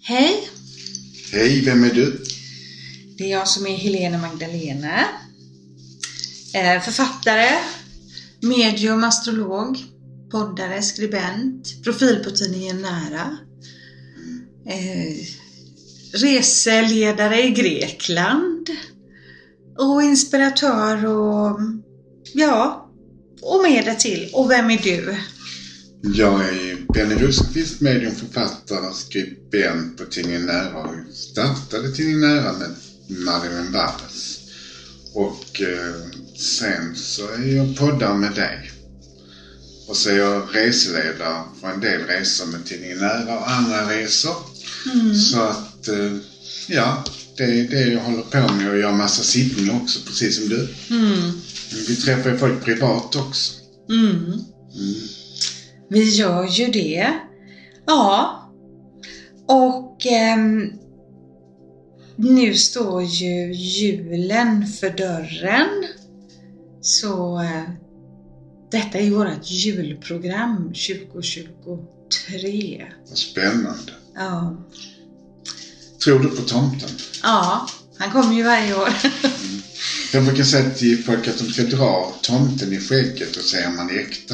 Hej! Hej, vem är du? Det är jag som är Helena Magdalena. Författare, medium, astrolog, poddare, skribent, profil på tidningen Nära. Reseledare i Grekland. Och inspiratör och mer det till. Och vem är du? Jag är Benny Rosqvist, mediumförfattare och skribent på tidningen Nära. Jag startade tidningen Nära med Marilyn Barres. Och sen så är jag poddare med dig. Och så är jag reseledare för en del resor med tidningen Nära och andra resor. Så att, det är det jag håller på med, och jag har massa sittningar också, precis som du. Vi träffar ju folk privat också. Vi gör ju det. Ja. Och nu står ju julen för dörren. Så detta är vårt julprogram 2023. Vad spännande. Ja. Tror du på tomten? Ja, han kommer ju varje år. Jag brukar säga till folk att de ska dra tomten i skägget och säga om man är äkta.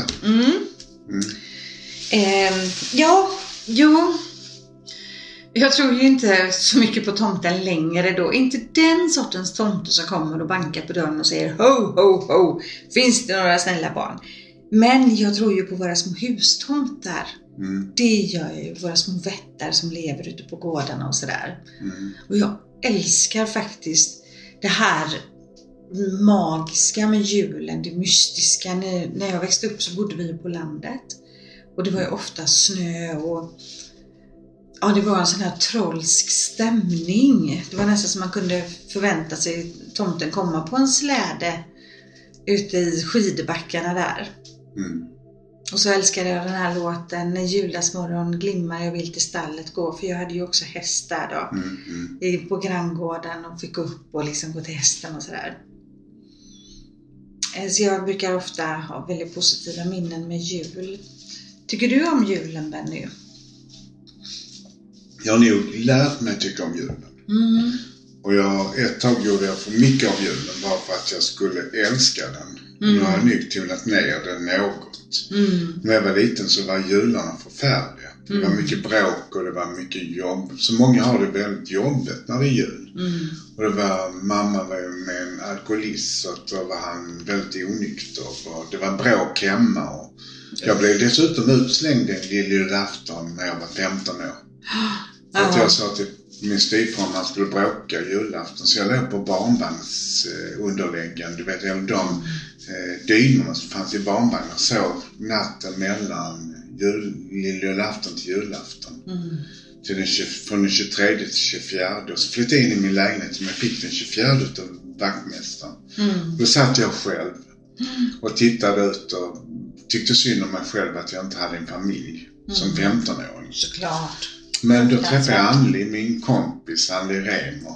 Jag tror ju inte så mycket på tomten längre då. Inte den sortens tomte som kommer och bankar på dörren och säger ho, ho, ho. Finns det några snälla barn? Men jag tror ju på våra små hustomtar. Det gör ju våra små vättar som lever ute på gårdarna och sådär. Och jag älskar faktiskt det här magiska med julen, det mystiska. När jag växte upp så bodde vi på landet. Och det var ju ofta snö och det var en sån här trollsk stämning. Det var nästan som man kunde förvänta sig tomten komma på en släde ute i skidbackarna där. Och så älskade jag den här låten När julasmorgon glimmar jag vill till stallet gå. För jag hade ju också häst där då. På granngården och fick upp och liksom gå till hästen och sådär. Så jag brukar ofta ha väldigt positiva minnen med jul. Tycker du om julen, Benny? Jag har nog lärt mig tycka om julen. Och ett tag gjorde jag för mycket av julen bara för att jag skulle älska den. Nu har jag nog tonat ner den något. När jag var liten så var jularna förfärliga. Det var mycket bråk och det var mycket jobb. Så många har det väldigt jobbigt när det är jul. Och mamma var ju med en alkoholist, så att då var han väldigt onykter. Och det var bråk hemma. Och jag blev dessutom utslängd en julafton när jag var 15 år. Så att jag sa till min styvfar att man skulle bråka julafton. Så jag låg på barnvagnsunderläggen. Du vet, eller de dynorna som fanns i barnvagnen. Så natten mellan julafton till julafton. Från den 23 till 24. Och så flyttade jag in i min lägenhet som jag fick den 24 utav vaktmästaren. Då satt jag själv och tittade ut och tyckte synd om mig själv att jag inte hade en familj som 15-åring. Såklart. Men då träffade jag Anneli, min kompis, Anneli Remer,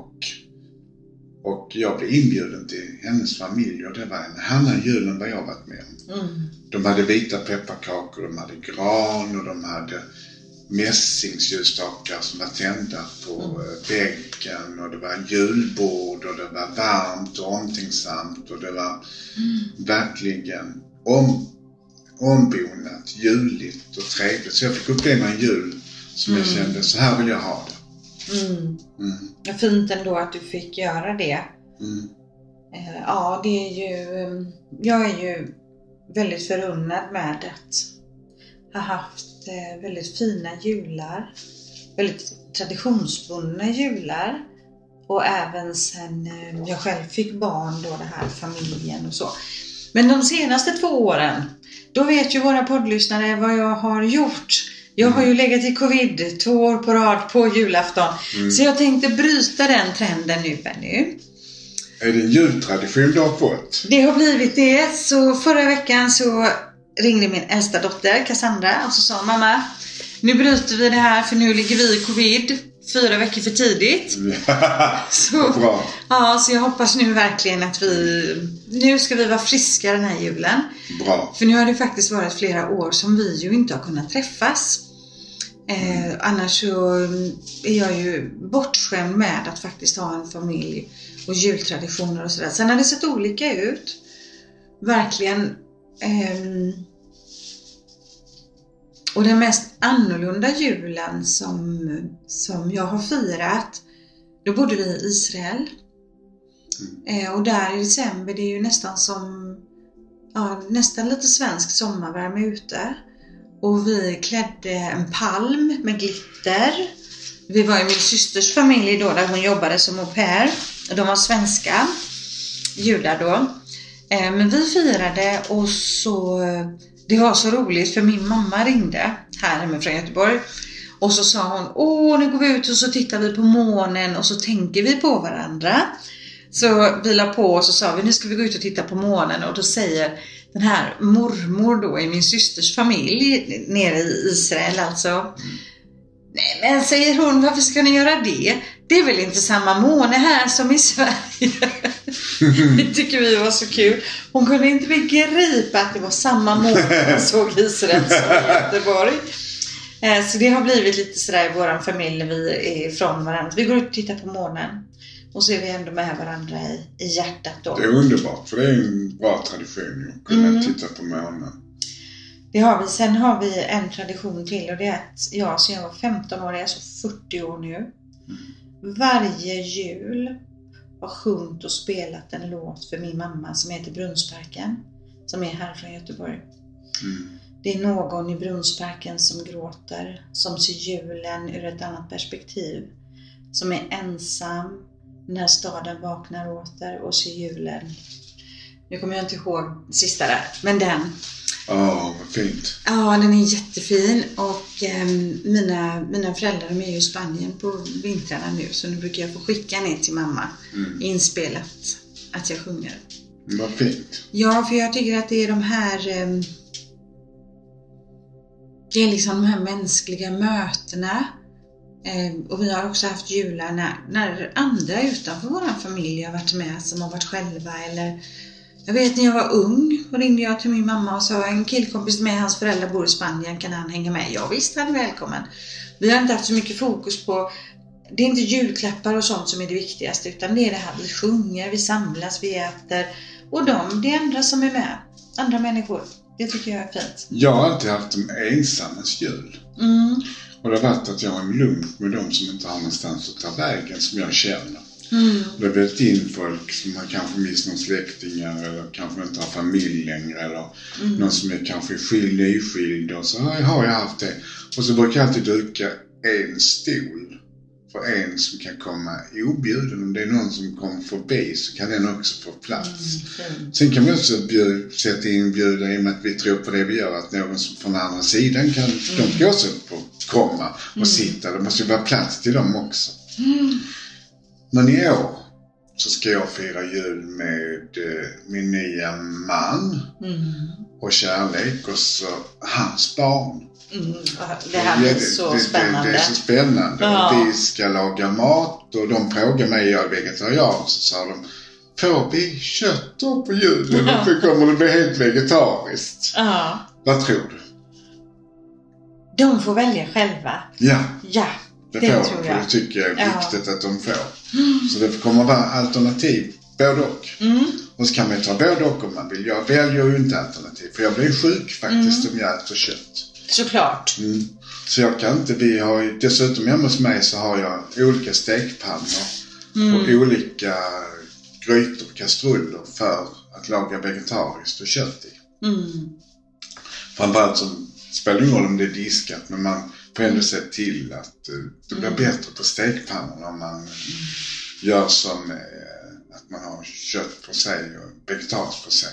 och jag blev inbjuden till hennes familj, och det var en annan jul än vad jag varit med om. De hade vita pepparkakor, de hade gran och de hade mässingsljusstakar som var tända på väggen, och det var julbord och det var varmt och omtänksamt, och det var verkligen ombonat, juligt och trevligt. Så jag fick uppleva en jul som jag kände, så här vill jag ha det. Ja, fint ändå att du fick göra det. Ja, det är ju, jag är ju väldigt förunnad med att ha haft väldigt fina jular, väldigt traditionsbundna jular, och även sen jag själv fick barn då, det här familjen och så. Men de senaste 2 åren, då vet ju våra poddlyssnare vad jag har gjort. Jag har ju legat i covid 2 år på rad på julafton. Så jag tänkte bryta den trenden nu, Benny. Är det en jultradition du har fått? Det har blivit det. Så förra veckan så ringde min äldsta dotter Cassandra och så sa mamma, nu bryter vi det här för nu ligger vi i covid 4 veckor för tidigt. Så, bra. Ja, så jag hoppas nu verkligen att nu ska vi vara friska den här julen. Bra. För nu har det faktiskt varit flera år som vi ju inte har kunnat träffas. Annars så är jag ju bortskämd med att faktiskt ha en familj och jultraditioner och sådär. Sen har det sett olika ut. Verkligen. Och den mest annorlunda julen som jag har firat, då bodde vi i Israel. Och där i december, det är ju nästan som nästan lite svensk sommarvärme ute. Och vi klädde en palm med glitter. Vi var i min systers familj då, där hon jobbade som au pair. De var svenska judar då. Men vi firade, och så det var så roligt för min mamma ringde här hemifrån Göteborg. Och så sa hon, nu går vi ut och så tittar vi på månen och så tänker vi på varandra. Så vi la på och så sa vi, nu ska vi gå ut och titta på månen. Och då säger den här mormor då i min systers familj nere i Israel alltså. Nej men, säger hon, varför ska ni göra det? Det är väl inte samma måne här som i Sverige. Det tycker vi var så kul. Hon kunde inte begripa att det var samma måne som såg Israel som i Göteborg. Så det har blivit lite sådär i våran familj när vi är ifrån varandra. Vi går ut och tittar på månen. Och så är vi ändå med varandra i hjärtat då. Det är underbart, för det är en bra tradition att kunna titta på månen. Det har vi. Sen har vi en tradition till, och det är att jag var 15 år, jag är så 40 år nu. Varje jul har sjungit och spelat en låt för min mamma som heter Brunnsparken, som är här från Göteborg. Det är någon i Brunnsparken som gråter, som ser julen ur ett annat perspektiv, som är ensam när staden vaknar åter och ser julen. Nu kommer jag inte ihåg sista där, men den. Vad fint. Ja, den är jättefin. Och mina föräldrar är ju i Spanien på vintrarna nu, så nu brukar jag få skicka ner till mamma inspelat att jag sjunger. Vad fint. Ja, för jag tycker att det är de här det är liksom de här mänskliga mötena. Och vi har också haft jular när andra utanför vår familj har varit med, som har varit själva. Eller jag vet, när jag var ung och ringde jag till min mamma och sa, en killkompis med, hans föräldrar bor i Spanien, kan han hänga med? Ja visst, han är välkommen. Vi har inte haft så mycket fokus på, det är inte julklappar och sånt som är det viktigaste, utan det är det här, vi sjunger, vi samlas, vi äter. Och det är andra som är med, andra människor. Det tycker jag är fint. Jag har alltid haft en ensammens jul. Och det har varit att jag har en lunch med dem som inte har någonstans att ta vägen, som jag känner. Det har blivit in folk som har kanske mist någon släktingar, eller kanske inte har familj längre, eller någon som är kanske nyskild, och så har jag haft det. Och så brukar jag alltid duka en stol för en som kan komma objuden. Om det är någon som kommer förbi så kan den också få plats. Sen kan vi också bjuda in med att vi tror på det vi gör, att någon som från andra sidan kan, de ska också få komma och sitta. Det måste ju vara plats till dem också. Men i år så ska jag fira jul med min nya man och kärlek, och så hans barn. Det här blir så spännande. Det är så spännande. Ja. Och vi ska laga mat, och de frågar mig, jag är vegetarian, så sa de, får vi kött då på julen? Ja. För kommer det bli helt vegetariskt? Ja. Vad tror du? De får välja själva. Ja. Det tror jag. Det tycker jag är viktigt att de får. Så det kommer vara alternativ, både och. Och så kan man ta både och om man vill. Jag väljer ju inte alternativ, för jag blir sjuk faktiskt om jag äter kött. Såklart. Så jag kan inte, dessutom hemma hos mig så har jag olika stekpannor och olika grytor, kastruller för att laga vegetariskt och kött i. Framförallt så spelar det ingen roll om det är diskat, men man får ändå se till att det blir bättre på stekpannorna om man gör som att man har kött på sig och vegetariskt på sig.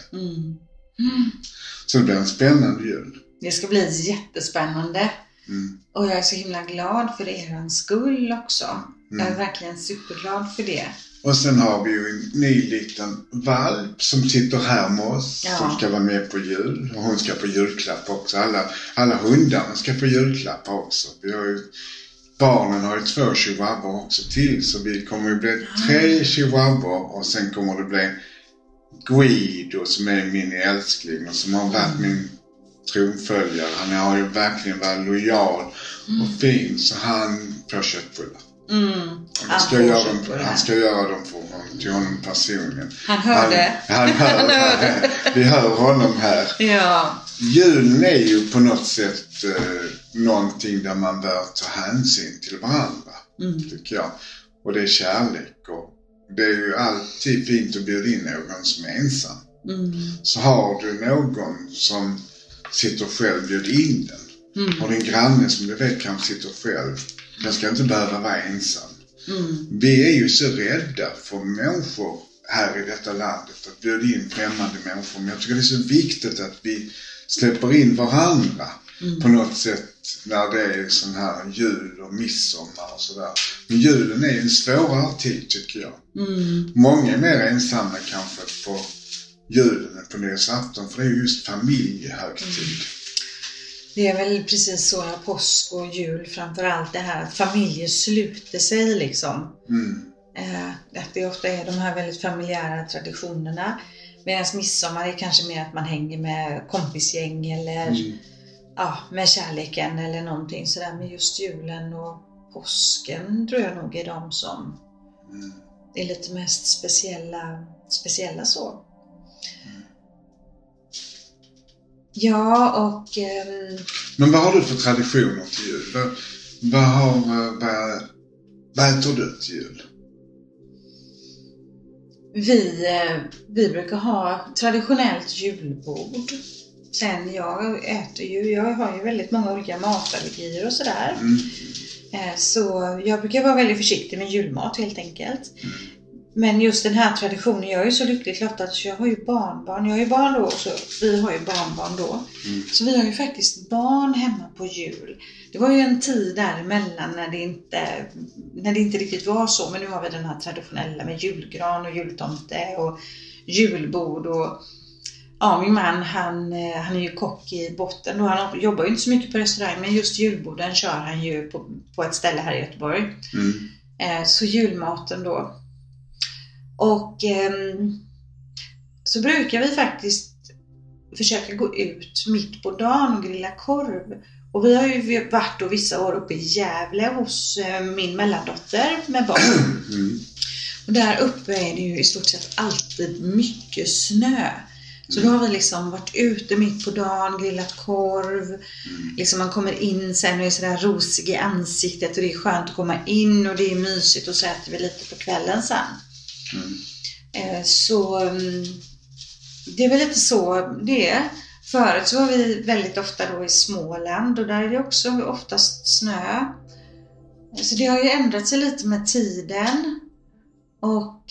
Så det blir en spännande jul. Det ska bli jättespännande. Och jag är så himla glad för er skull också. Jag är verkligen superglad för det. Och sen har vi ju en ny liten valp som sitter här med oss. Som ska vara med på jul. Och hon ska få julklapp också. Alla hundarna ska få julklapp också. Barnen har ju 2 chihuahuor också till. Så vi kommer ju bli 3 chihuahuor. Och sen kommer det bli Guido som är min älskling. Och som har varit min tronföljare. Han har ju verkligen varit lojal och fin, så han får köttbullar. Han ska göra dem till honom personligen. Han hörde. Han hör. Vi hör honom här. Ja. Julen är ju på något sätt någonting där man bör ta hänsyn till varandra, tycker jag. Och det är kärlek, och det är ju alltid fint att bjuda in någon som är ensam. Så har du någon som sitter själv, bjud in den. Och din granne som du vet kan sitta själv, den ska inte behöva vara ensam. Vi är ju så rädda för människor här i detta landet, att bjuda in främmande människor. Men jag tycker det är så viktigt att vi släpper in varandra på något sätt när det är sån här jul och midsommar och sådär. Men julen är en svårare tid, tycker jag. Många är mer ensamma kanske på julen än på nyårsafton, för det är just familjehögtid. Det är väl precis så här, påsk och jul, framförallt det här att familjer sluter sig liksom. Att det ofta är de här väldigt familjära traditionerna. Medan midsommar är kanske mer att man hänger med kompisgäng eller med kärleken eller någonting sådär. Men just julen och påsken tror jag nog är de som är lite mest speciella så. Ja, och... Men vad har du för traditioner till jul? Vad äter du till jul? Vi brukar ha traditionellt julbord. Sen jag har ju väldigt många olika matallergier och sådär. Så jag brukar vara väldigt försiktig med julmat helt enkelt. Men just den här traditionen, jag är ju så lyckligt lottad så jag har ju barnbarn. Jag har ju barn då, så vi har ju barnbarn då. Så vi har ju faktiskt barn hemma på jul. Det var ju en tid däremellan när det inte riktigt var så. Men nu har vi den här traditionella med julgran och jultomte och julbord. Och ja, min man han är ju kock i botten då. Han jobbar ju inte så mycket på restaurang, men just julborden kör han ju på ett ställe här i Göteborg. Så julmaten då. Och så brukar vi faktiskt försöka gå ut mitt på dagen och grilla korv. Och vi har ju varit då vissa år uppe i Gävle hos min mellandotter med barn. Och där uppe är det ju i stort sett alltid mycket snö. Så då har vi liksom varit ute mitt på dagen, grillat korv. Liksom man kommer in sen och är sådär rosig i ansiktet och det är skönt att komma in och det är mysigt och så äter vi lite på kvällen sen. Så det är väl lite så det är. Förut så var vi väldigt ofta då i Småland och där är det också oftast snö. Så det har ju ändrat sig lite med tiden. Och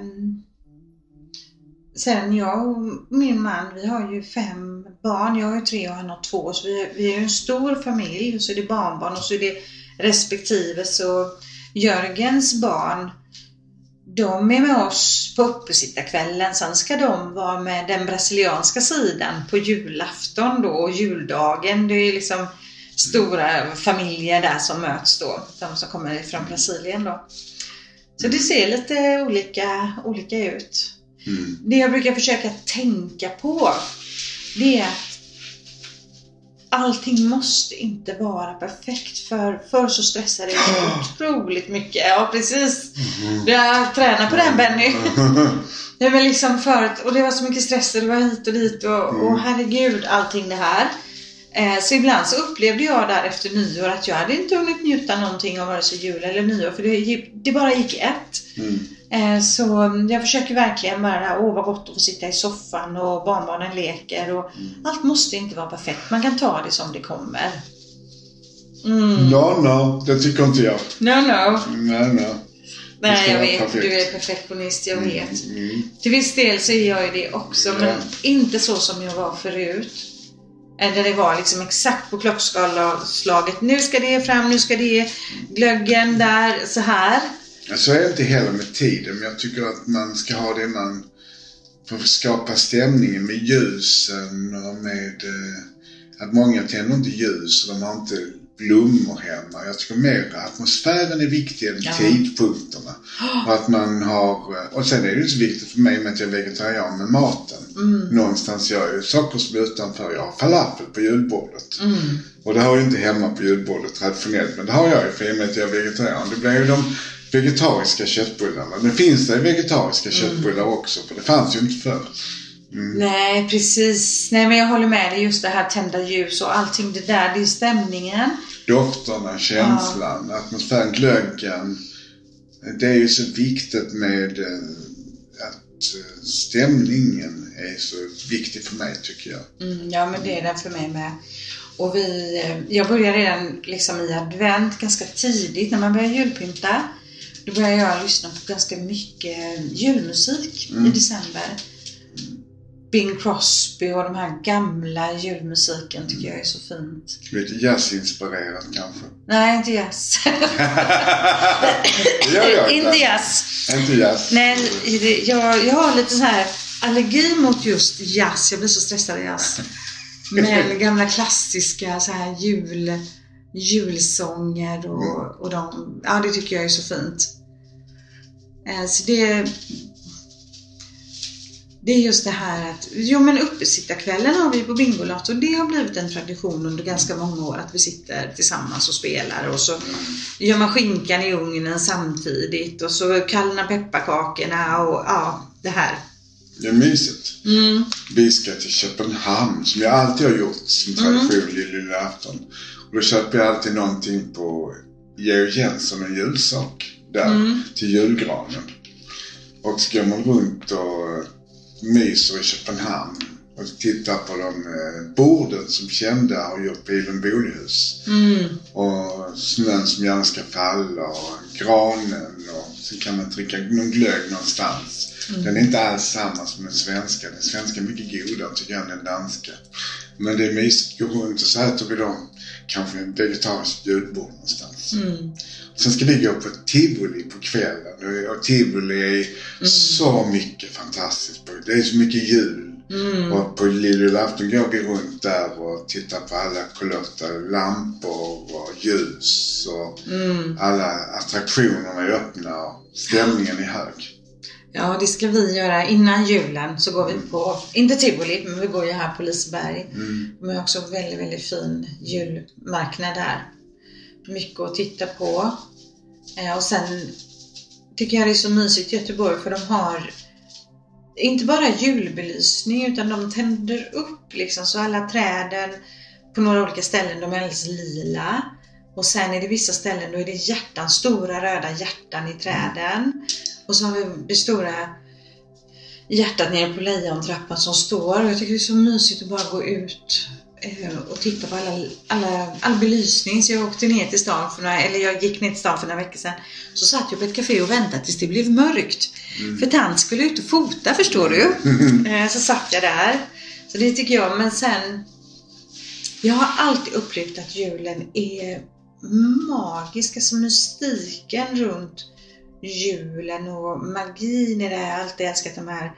sen jag och min man, vi har ju 5 barn. Jag har ju 3 och han har 2. Så vi är en stor familj. Och så är det barnbarn och så är det respektive. Så Jörgens barn, de är med oss på uppesittarkvällen. Sen ska de vara med den brasilianska sidan på julafton då och juldagen. Det är liksom stora familjer där som möts då. De som kommer från Brasilien då. Så det ser lite olika ut. Det jag brukar försöka tänka på, det är att allting måste inte vara perfekt. För så stressar det otroligt mycket. Ja, precis. Jag tränar på den, Benny. Det var liksom förut, och det var så mycket stress, det var hit och dit och herregud, allting det här. Så ibland så upplevde jag där efter nyår att jag hade inte hunnit njuta någonting av vare sig jul eller nyår, för det bara gick ett. Så jag försöker verkligen bara, vad gott att få sitta i soffan och barnbarnen leker och allt måste inte vara perfekt. Man kan ta det som det kommer. No, det tycker inte jag. No. Nej, jag vet. Perfekt. Du är perfektionist, jag vet. Till viss del så är jag ju det också, men inte så som jag var förut. Där det var liksom exakt på klockslaget. Nu ska det fram, nu ska det glöggen där, så här. Så är det inte heller med tiden, men jag tycker att man ska ha det man får skapa stämningen med ljusen och med att många tänder inte ljus och de har inte blommor hemma. Jag tycker mer att atmosfären är viktig än tidpunkterna. Och att man har, och sen är det ju så viktigt för mig med att jag är vegetarian med maten. Någonstans gör jag ju saker som utanför. Jag har falafel på julbordet. Och det har ju inte hemma på julbordet traditionellt, men det har jag ju för att jag är vegetarian. Det blir ju de vegetariska köttbullarna. Det finns det vegetariska köttbullar också, för det fanns ju inte förr. Nej, precis. Nej, men jag håller med dig, just det här tända ljus och allting det där, det är stämningen. Dofterna, känslan, atmosfären, glöggen. Det är ju så viktigt med att stämningen är så viktig för mig, tycker jag. Ja, men det är det för mig med. Och jag börjar redan liksom i advent ganska tidigt när man börjar julpynta. Då börjar jag lyssna på ganska mycket julmusik i december. Bing Crosby och de här gamla julmusiken tycker jag är så fint. Lite jazzinspirerat kanske? Nej, inte jazz. Inte jazz. Inte jazz. Nej, jag har lite så här allergi mot just jazz. Jag blir så stressad av jazz. Men gamla klassiska så här julsånger och de, ja, det tycker jag är så fint. Så det är just det här att, men uppesittarkvällen har vi på Bingolotto, och det har blivit en tradition under ganska många år att vi sitter tillsammans och spelar, och så gör man skinkan i ugnen samtidigt och så kallnar pepparkakorna och det här. Det är mysigt. Vi ska till Köpenhamn, som jag alltid har gjort som tradition lilla afton. Och då köper jag alltid någonting på Georg Jensen och julsak där till julgranen. Och så går man runt och myser i Köpenhamn och tittar på de borden som kända har gjort på Ilenbolihus. Och snön som gärna ska falla och granen, och så kan man dricka någon glögg någonstans. Den är inte alls samma som den svenska. Den svenska är mycket godare tycker jag än den danska. Men det är mysigt att gå runt och så äter vi då kanske en vegetarisk julbord någonstans. Sen ska vi gå på Tivoli på kvällen. Och Tivoli är så mycket fantastiskt. Det är så mycket jul. Och på lillafton går vi runt där och tittar på alla kolorta lampor och ljus. Och alla attraktionerna är öppna och stämningen är hög. Ja, det ska vi göra innan julen. Så går vi på, inte Tivoli, men vi går ju här på Liseberg. De har också väldigt, väldigt fin julmarknad där. Mycket att titta på. Och sen tycker jag det är så mysigt i Göteborg, för de har inte bara julbelysning, utan de tänder upp liksom, så alla träden på några olika ställen, de är alldeles lila. Och sen är det vissa ställen då är det hjärtan, stora röda hjärtan i träden. Och så har vi det stora hjärtat nere på lejontrappan som står. Och jag tycker det är så mysigt att bara gå ut och titta på all belysning. Så jag åkte ner till stan jag gick ner till stan för några veckor sedan. Så satt jag på ett café och väntade tills det blev mörkt. För tant skulle ut och fota, förstår du. Så satt jag där. Så det tycker jag. Men sen, jag har alltid upplevt att julen är magisk. Alltså mystiken runt julen och magin i det. Jag har alltid älskat de här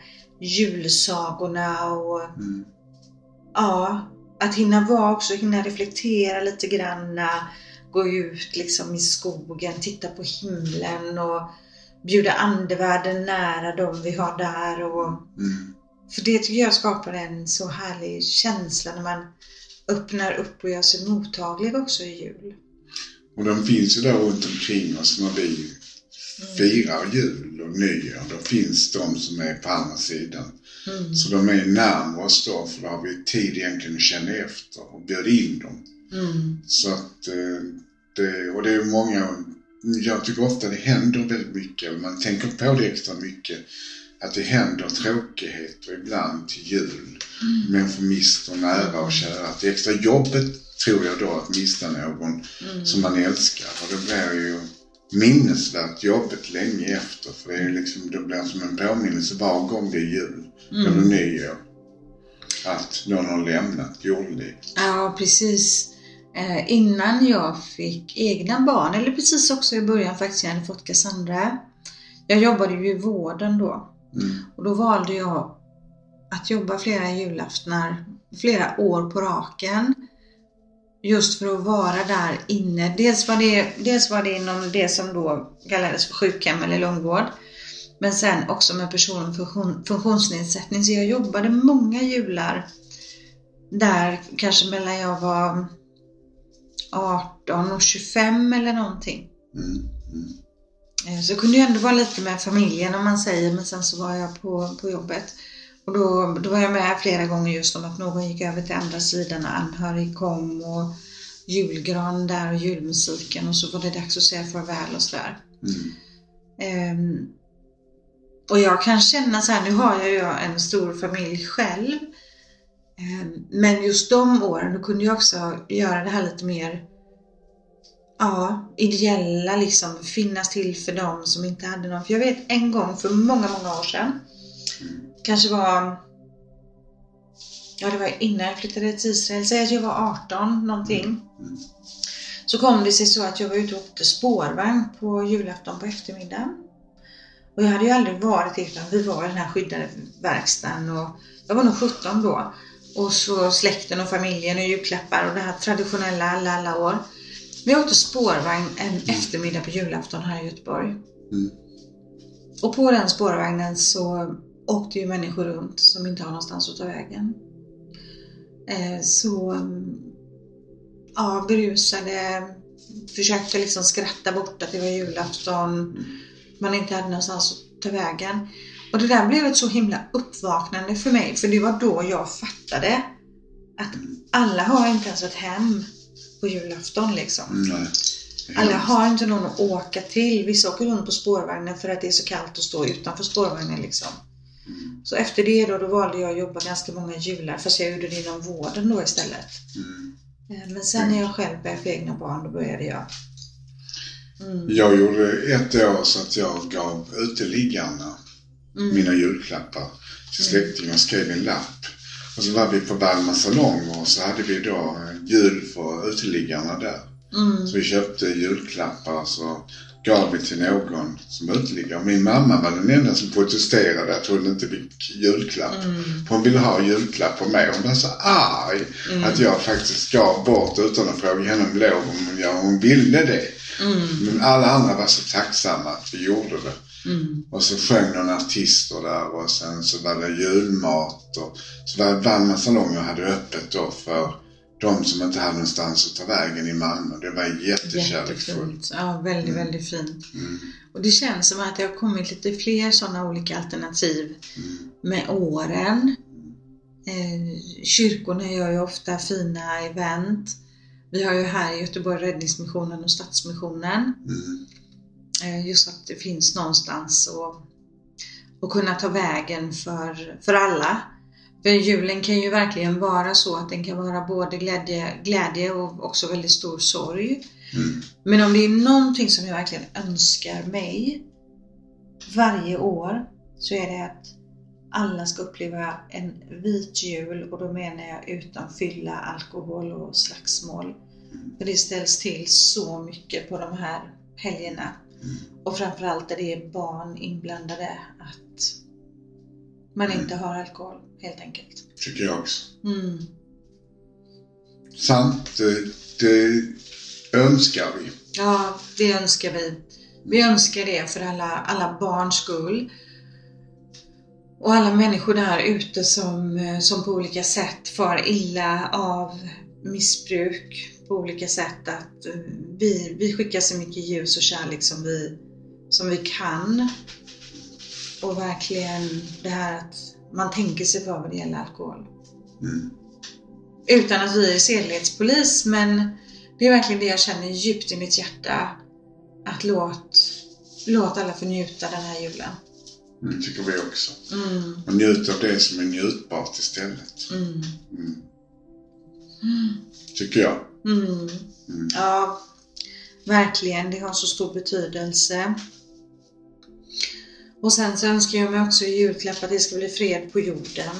julsagorna och att hinna reflektera lite granna, gå ut liksom i skogen, titta på himlen och bjuda andevärlden nära dem vi har där. Och för det tycker jag skapar en så härlig känsla när man öppnar upp och gör sig mottaglig också i jul. Och de finns ju där runt omkring oss när vi firar jul och nyår. Då finns de som är på andra sidan. Så de är närmare oss då, för då har vi tid egentligen att känna efter och bjuda in dem. Så att det är många, jag tycker ofta det händer väldigt mycket, man tänker på det extra mycket, att det händer tråkigheter ibland till jul. Människor mister nära och kära. Att det extra jobbet tror jag då att mista någon som man älskar. Och det blir ju minnesvärt jobbet länge efter, för det är liksom, det blir som en påminnelse var gång det är jul eller nyår att någon har lämnat jordlivet. Ja, precis. Innan jag fick egna barn, eller precis också i början faktiskt, jag hade fått Cassandra. Jag jobbade ju i vården då. Och då valde jag att jobba flera julaftnar, flera år på raken. Just för att vara där inne. Dels var det inom det som då kallades för sjukhem eller långvård. Men sen också med personer med funktionsnedsättning. Så jag jobbade många jular där, kanske mellan jag var 18 och 25 eller någonting. Så jag kunde ju ändå vara lite med familjen om man säger. Men sen så var jag på jobbet. Och då var jag med flera gånger just om att någon gick över till andra sidan och anhörig kom och julgran där och julmusiken. Och så var det dags att säga farväl och sådär. Och jag kan känna så här, nu har jag ju en stor familj själv. Men just de åren, då kunde jag också göra det här lite mer ideella liksom. Finnas till för dem som inte hade någon. För jag vet en gång för många år sedan. Kanske var... Ja, det var innan jag flyttade till Israel. Säg att jag var 18 någonting. Så kom det sig så att jag var ute och åkte spårvagn på julafton på eftermiddagen. Och jag hade ju aldrig varit utan vi var i den här skyddade verkstaden. Och jag var nog 17 då. Och så släkten och familjen och julklappar och det här traditionella alla år. Vi åkte spårvagn en eftermiddag på julafton här i Göteborg. Och på den spårvagnen så åkte ju människor runt som inte har någonstans att ta vägen. Berusade, försökte liksom skratta bort att det var julafton. Man inte hade någonstans att ta vägen. Och det där blev ett så himla uppvaknande för mig. För det var då jag fattade att alla har inte ens ett hem på julafton liksom. Alla har inte någon att åka till. Vissa åker runt på spårvagnen för att det är så kallt att stå utanför spårvagnen liksom. Så efter det då valde jag att jobba ganska många jular. Fast jag gjorde det inom vården då istället. Men sen när jag själv började för egna barn, då började jag. Jag gjorde ett år så att jag gav uteliggarna mina julklappar till släktingar och skrev en lapp. Och så var vi på Balma salong och så hade vi då jul för uteliggarna där. Så vi köpte julklappar så gav vi till någon som uteliggare. Min mamma var den enda som protesterade att hon inte fick julklapp. Hon ville ha julklapp på mig. Hon var så arg att jag faktiskt gav bort utan att fråga henne om lov om hon ville det. Men alla andra var så tacksamma att vi gjorde det. Och så sjöng några artister där och sen så var det julmat och så var Balma salong och hade öppet då för de som inte hade någonstans att ta vägen i Malmö. Det var jättekärleksfullt. Ja, väldigt fint. Och det känns som att det har kommit lite fler sådana olika alternativ med åren. Kyrkorna gör ju ofta fina event. Vi har ju här i Göteborg Räddningsmissionen och Stadsmissionen. Just att det finns någonstans att kunna ta vägen för alla. För julen kan ju verkligen vara så att den kan vara både glädje och också väldigt stor sorg. Men om det är någonting som jag verkligen önskar mig varje år så är det att alla ska uppleva en vit jul, och då menar jag utan fylla, alkohol och slagsmål. För det ställs till så mycket på de här helgerna. Och framförallt är det barn inblandade, att man inte har alkohol helt enkelt. Tycker jag också. Sant, det önskar vi. Ja, det önskar vi. Vi önskar det för alla barns skull. Och alla människor där ute som på olika sätt far illa av missbruk på olika sätt. Att vi skickar så mycket ljus och kärlek som vi kan. Och verkligen det här att man tänker sig för vad det gäller alkohol. Utan att vi är sedlighetspolis, men det är verkligen det jag känner djupt i mitt hjärta. Att låt alla få njuta den här julen. Det tycker vi också. Och njut av det som är njutbart istället. Tycker jag. Ja, verkligen. Det har så stor betydelse. Och sen så önskar jag mig också i julklapp att det ska bli fred på jorden.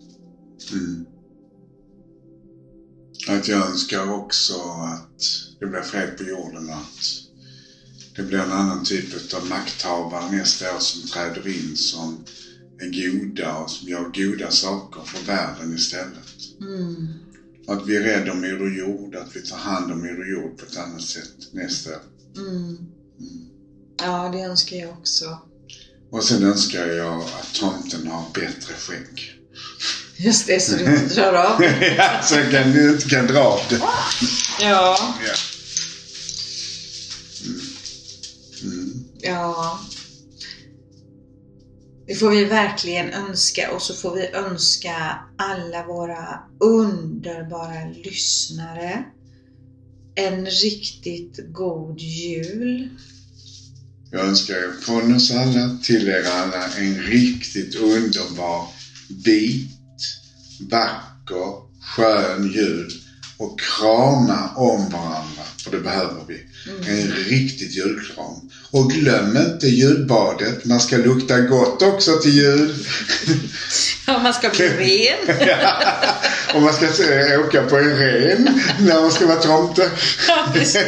Att jag önskar också att det blir fred på jorden, att det blir en annan typ av makthavare nästa år som träder in som är goda och som gör goda saker för världen istället. Att vi är rädda om Moder Jord, att vi tar hand om Moder Jord på ett annat sätt nästa år. Ja, det önskar jag också. Och sen önskar jag att tomten har bättre skägg. Just det, så du inte drar av. Ja, så du inte kan dra av det. Ja. Ja. Det får vi verkligen önska, och så får vi önska alla våra underbara lyssnare en riktigt god jul. Jag önskar från oss alla till er alla en riktigt underbar, vit, vacker, skön jul. Och krama om varandra, för det behöver vi. En riktigt julkram. Och glöm inte julbadet. Man ska lukta gott också till jul. Ja, man ska bli ren. Ja, och man ska åka på en ren när man ska vara tomte. Ja, precis.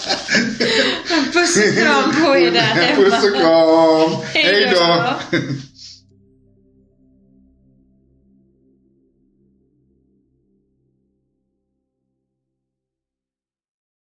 Puss och kram på er där hemma. Puss och kram. Hej då.